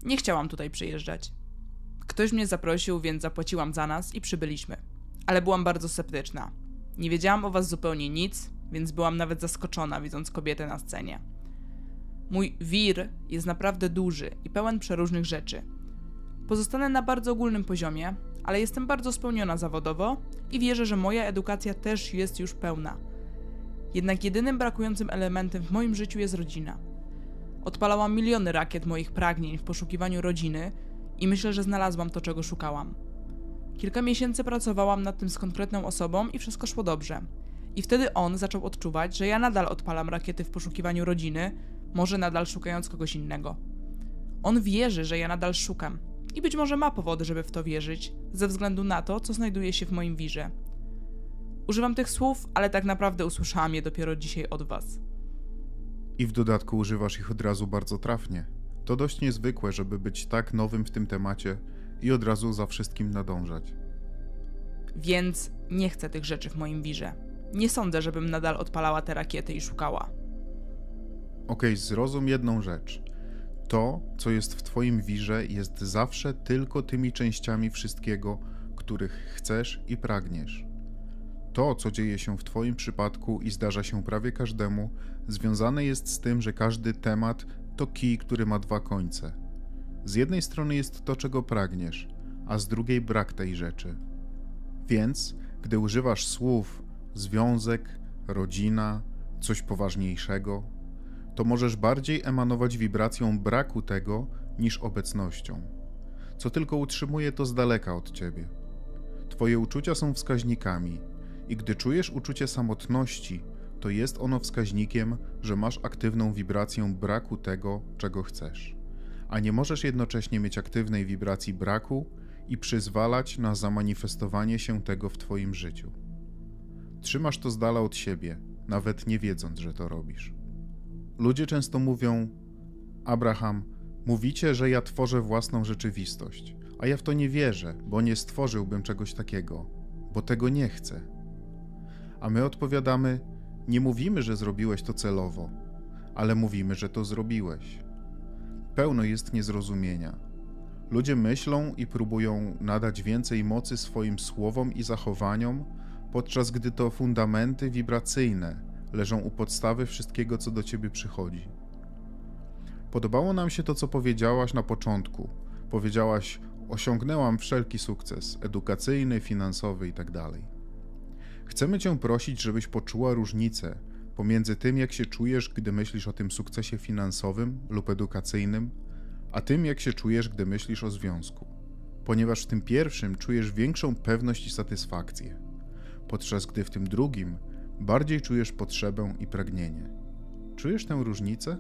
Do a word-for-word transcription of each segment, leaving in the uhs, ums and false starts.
Nie chciałam tutaj przyjeżdżać. Ktoś mnie zaprosił, więc zapłaciłam za nas i przybyliśmy. Ale byłam bardzo sceptyczna. Nie wiedziałam o was zupełnie nic, więc byłam nawet zaskoczona, widząc kobietę na scenie. Mój wir jest naprawdę duży i pełen przeróżnych rzeczy. Pozostanę na bardzo ogólnym poziomie, ale jestem bardzo spełniona zawodowo i wierzę, że moja edukacja też jest już pełna. Jednak jedynym brakującym elementem w moim życiu jest rodzina. Odpalałam miliony rakiet moich pragnień w poszukiwaniu rodziny i myślę, że znalazłam to, czego szukałam. Kilka miesięcy pracowałam nad tym z konkretną osobą i wszystko szło dobrze. I wtedy on zaczął odczuwać, że ja nadal odpalam rakiety w poszukiwaniu rodziny, może nadal szukając kogoś innego. On wierzy, że ja nadal szukam i być może ma powody, żeby w to wierzyć, ze względu na to, co znajduje się w moim wirze. Używam tych słów, ale tak naprawdę usłyszałam je dopiero dzisiaj od was. I w dodatku używasz ich od razu bardzo trafnie. To dość niezwykłe, żeby być tak nowym w tym temacie i od razu za wszystkim nadążać. Więc nie chcę tych rzeczy w moim wirze. Nie sądzę, żebym nadal odpalała te rakiety i szukała. Okej, zrozum jedną rzecz. To, co jest w twoim wirze, jest zawsze tylko tymi częściami wszystkiego, których chcesz i pragniesz. To, co dzieje się w twoim przypadku i zdarza się prawie każdemu, związane jest z tym, że każdy temat to kij, który ma dwa końce. Z jednej strony jest to, czego pragniesz, a z drugiej brak tej rzeczy. Więc, gdy używasz słów związek, rodzina, coś poważniejszego, to możesz bardziej emanować wibracją braku tego niż obecnością, co tylko utrzymuje to z daleka od ciebie. Twoje uczucia są wskaźnikami i gdy czujesz uczucie samotności, to jest ono wskaźnikiem, że masz aktywną wibrację braku tego, czego chcesz, a nie możesz jednocześnie mieć aktywnej wibracji braku i przyzwalać na zamanifestowanie się tego w twoim życiu. Trzymasz to z dala od siebie, nawet nie wiedząc, że to robisz. Ludzie często mówią: Abraham, mówicie, że ja tworzę własną rzeczywistość, a ja w to nie wierzę, bo nie stworzyłbym czegoś takiego, bo tego nie chcę. A my odpowiadamy: nie mówimy, że zrobiłeś to celowo, ale mówimy, że to zrobiłeś. Pełno jest niezrozumienia. Ludzie myślą i próbują nadać więcej mocy swoim słowom i zachowaniom, podczas gdy to fundamenty wibracyjne leżą u podstawy wszystkiego, co do ciebie przychodzi. Podobało nam się to, co powiedziałaś na początku. Powiedziałaś: osiągnęłam wszelki sukces edukacyjny, finansowy itd. Chcemy cię prosić, żebyś poczuła różnicę pomiędzy tym, jak się czujesz, gdy myślisz o tym sukcesie finansowym lub edukacyjnym, a tym, jak się czujesz, gdy myślisz o związku. Ponieważ w tym pierwszym czujesz większą pewność i satysfakcję, podczas gdy w tym drugim bardziej czujesz potrzebę i pragnienie. Czujesz tę różnicę?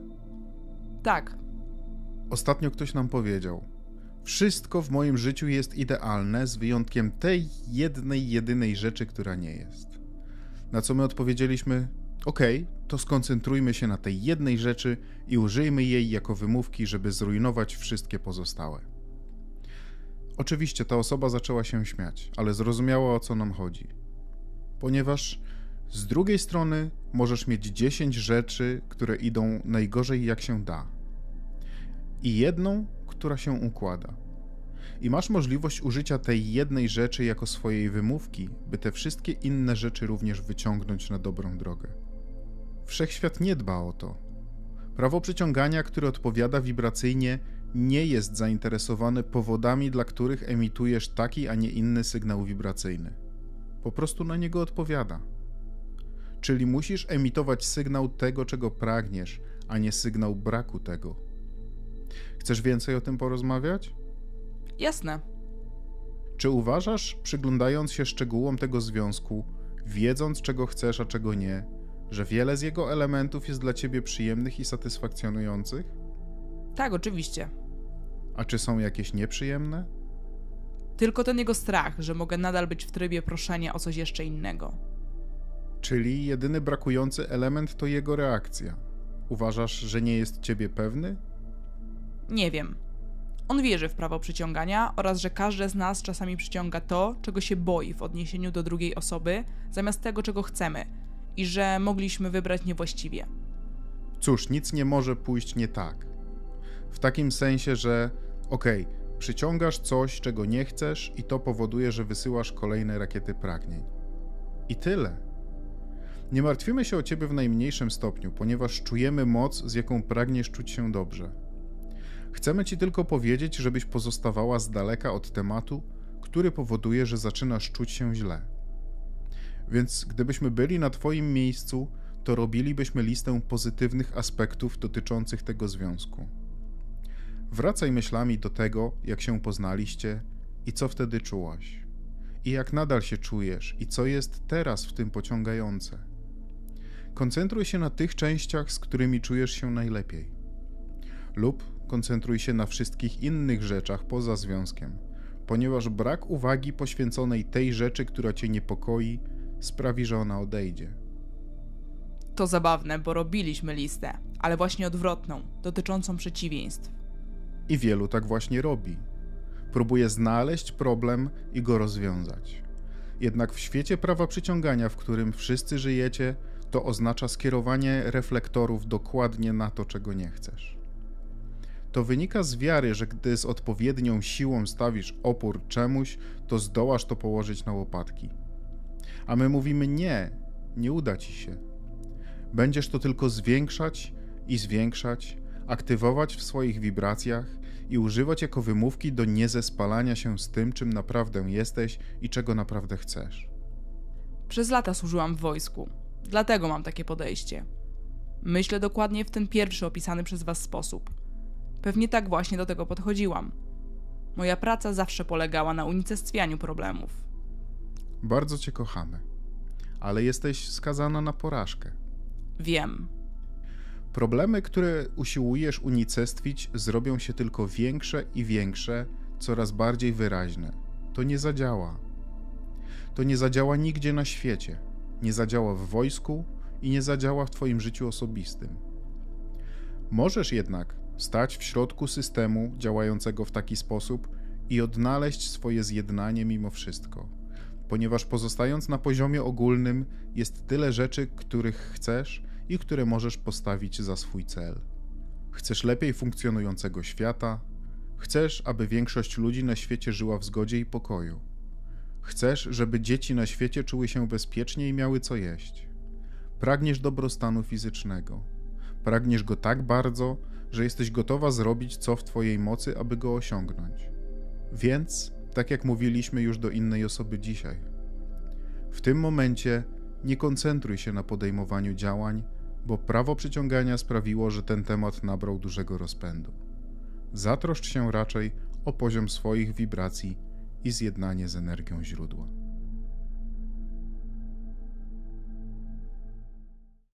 Tak. Ostatnio ktoś nam powiedział: wszystko w moim życiu jest idealne, z wyjątkiem tej jednej, jedynej rzeczy, która nie jest. Na co my odpowiedzieliśmy: okej, to skoncentrujmy się na tej jednej rzeczy i użyjmy jej jako wymówki, żeby zrujnować wszystkie pozostałe. Oczywiście ta osoba zaczęła się śmiać, ale zrozumiała, o co nam chodzi. Ponieważ z drugiej strony możesz mieć dziesięć rzeczy, które idą najgorzej jak się da, i jedną, która się układa. I masz możliwość użycia tej jednej rzeczy jako swojej wymówki, by te wszystkie inne rzeczy również wyciągnąć na dobrą drogę. Wszechświat nie dba o to. Prawo przyciągania, które odpowiada wibracyjnie, nie jest zainteresowane powodami, dla których emitujesz taki, a nie inny sygnał wibracyjny. Po prostu na niego odpowiada. Czyli musisz emitować sygnał tego, czego pragniesz, a nie sygnał braku tego. Chcesz więcej o tym porozmawiać? Jasne. Czy uważasz, przyglądając się szczegółom tego związku, wiedząc, czego chcesz, a czego nie, że wiele z jego elementów jest dla ciebie przyjemnych i satysfakcjonujących? Tak, oczywiście. A czy są jakieś nieprzyjemne? Tylko ten jego strach, że mogę nadal być w trybie proszenia o coś jeszcze innego. Czyli jedyny brakujący element to jego reakcja. Uważasz, że nie jest ciebie pewny? Nie wiem. On wierzy w prawo przyciągania oraz, że każdy z nas czasami przyciąga to, czego się boi w odniesieniu do drugiej osoby, zamiast tego, czego chcemy i że mogliśmy wybrać niewłaściwie. Cóż, nic nie może pójść nie tak. W takim sensie, że Okej, przyciągasz coś, czego nie chcesz i to powoduje, że wysyłasz kolejne rakiety pragnień. I tyle. Nie martwimy się o ciebie w najmniejszym stopniu, ponieważ czujemy moc, z jaką pragniesz czuć się dobrze. Chcemy ci tylko powiedzieć, żebyś pozostawała z daleka od tematu, który powoduje, że zaczynasz czuć się źle. Więc gdybyśmy byli na twoim miejscu, to robilibyśmy listę pozytywnych aspektów dotyczących tego związku. Wracaj myślami do tego, jak się poznaliście i co wtedy czułaś. I jak nadal się czujesz i co jest teraz w tym pociągające. Koncentruj się na tych częściach, z którymi czujesz się najlepiej. Lub koncentruj się na wszystkich innych rzeczach poza związkiem, ponieważ brak uwagi poświęconej tej rzeczy, która cię niepokoi, sprawi, że ona odejdzie. To zabawne, bo robiliśmy listę, ale właśnie odwrotną, dotyczącą przeciwieństw. I wielu tak właśnie robi. Próbuje znaleźć problem i go rozwiązać. Jednak w świecie prawa przyciągania, w którym wszyscy żyjecie, to oznacza skierowanie reflektorów dokładnie na to, czego nie chcesz. To wynika z wiary, że gdy z odpowiednią siłą stawisz opór czemuś, to zdołasz to położyć na łopatki. A my mówimy nie, nie uda ci się. Będziesz to tylko zwiększać i zwiększać, aktywować w swoich wibracjach i używać jako wymówki do niezespalania się z tym, czym naprawdę jesteś i czego naprawdę chcesz. Przez lata służyłam w wojsku, dlatego mam takie podejście. Myślę dokładnie w ten pierwszy opisany przez was sposób. Pewnie tak właśnie do tego podchodziłam. Moja praca zawsze polegała na unicestwianiu problemów. Bardzo cię kochamy, ale jesteś skazana na porażkę. Wiem. Problemy, które usiłujesz unicestwić, zrobią się tylko większe i większe, coraz bardziej wyraźne. To nie zadziała. To nie zadziała nigdzie na świecie. Nie zadziała w wojsku i nie zadziała w twoim życiu osobistym. Możesz jednak stać w środku systemu działającego w taki sposób i odnaleźć swoje zjednanie mimo wszystko, ponieważ pozostając na poziomie ogólnym jest tyle rzeczy, których chcesz i które możesz postawić za swój cel. Chcesz lepiej funkcjonującego świata, chcesz, aby większość ludzi na świecie żyła w zgodzie i pokoju. Chcesz, żeby dzieci na świecie czuły się bezpiecznie i miały co jeść. Pragniesz dobrostanu fizycznego. Pragniesz go tak bardzo, że jesteś gotowa zrobić co w twojej mocy, aby go osiągnąć. Więc, tak jak mówiliśmy już do innej osoby dzisiaj, w tym momencie nie koncentruj się na podejmowaniu działań, bo prawo przyciągania sprawiło, że ten temat nabrał dużego rozpędu. Zatroszcz się raczej o poziom swoich wibracji i zjednanie z energią źródła.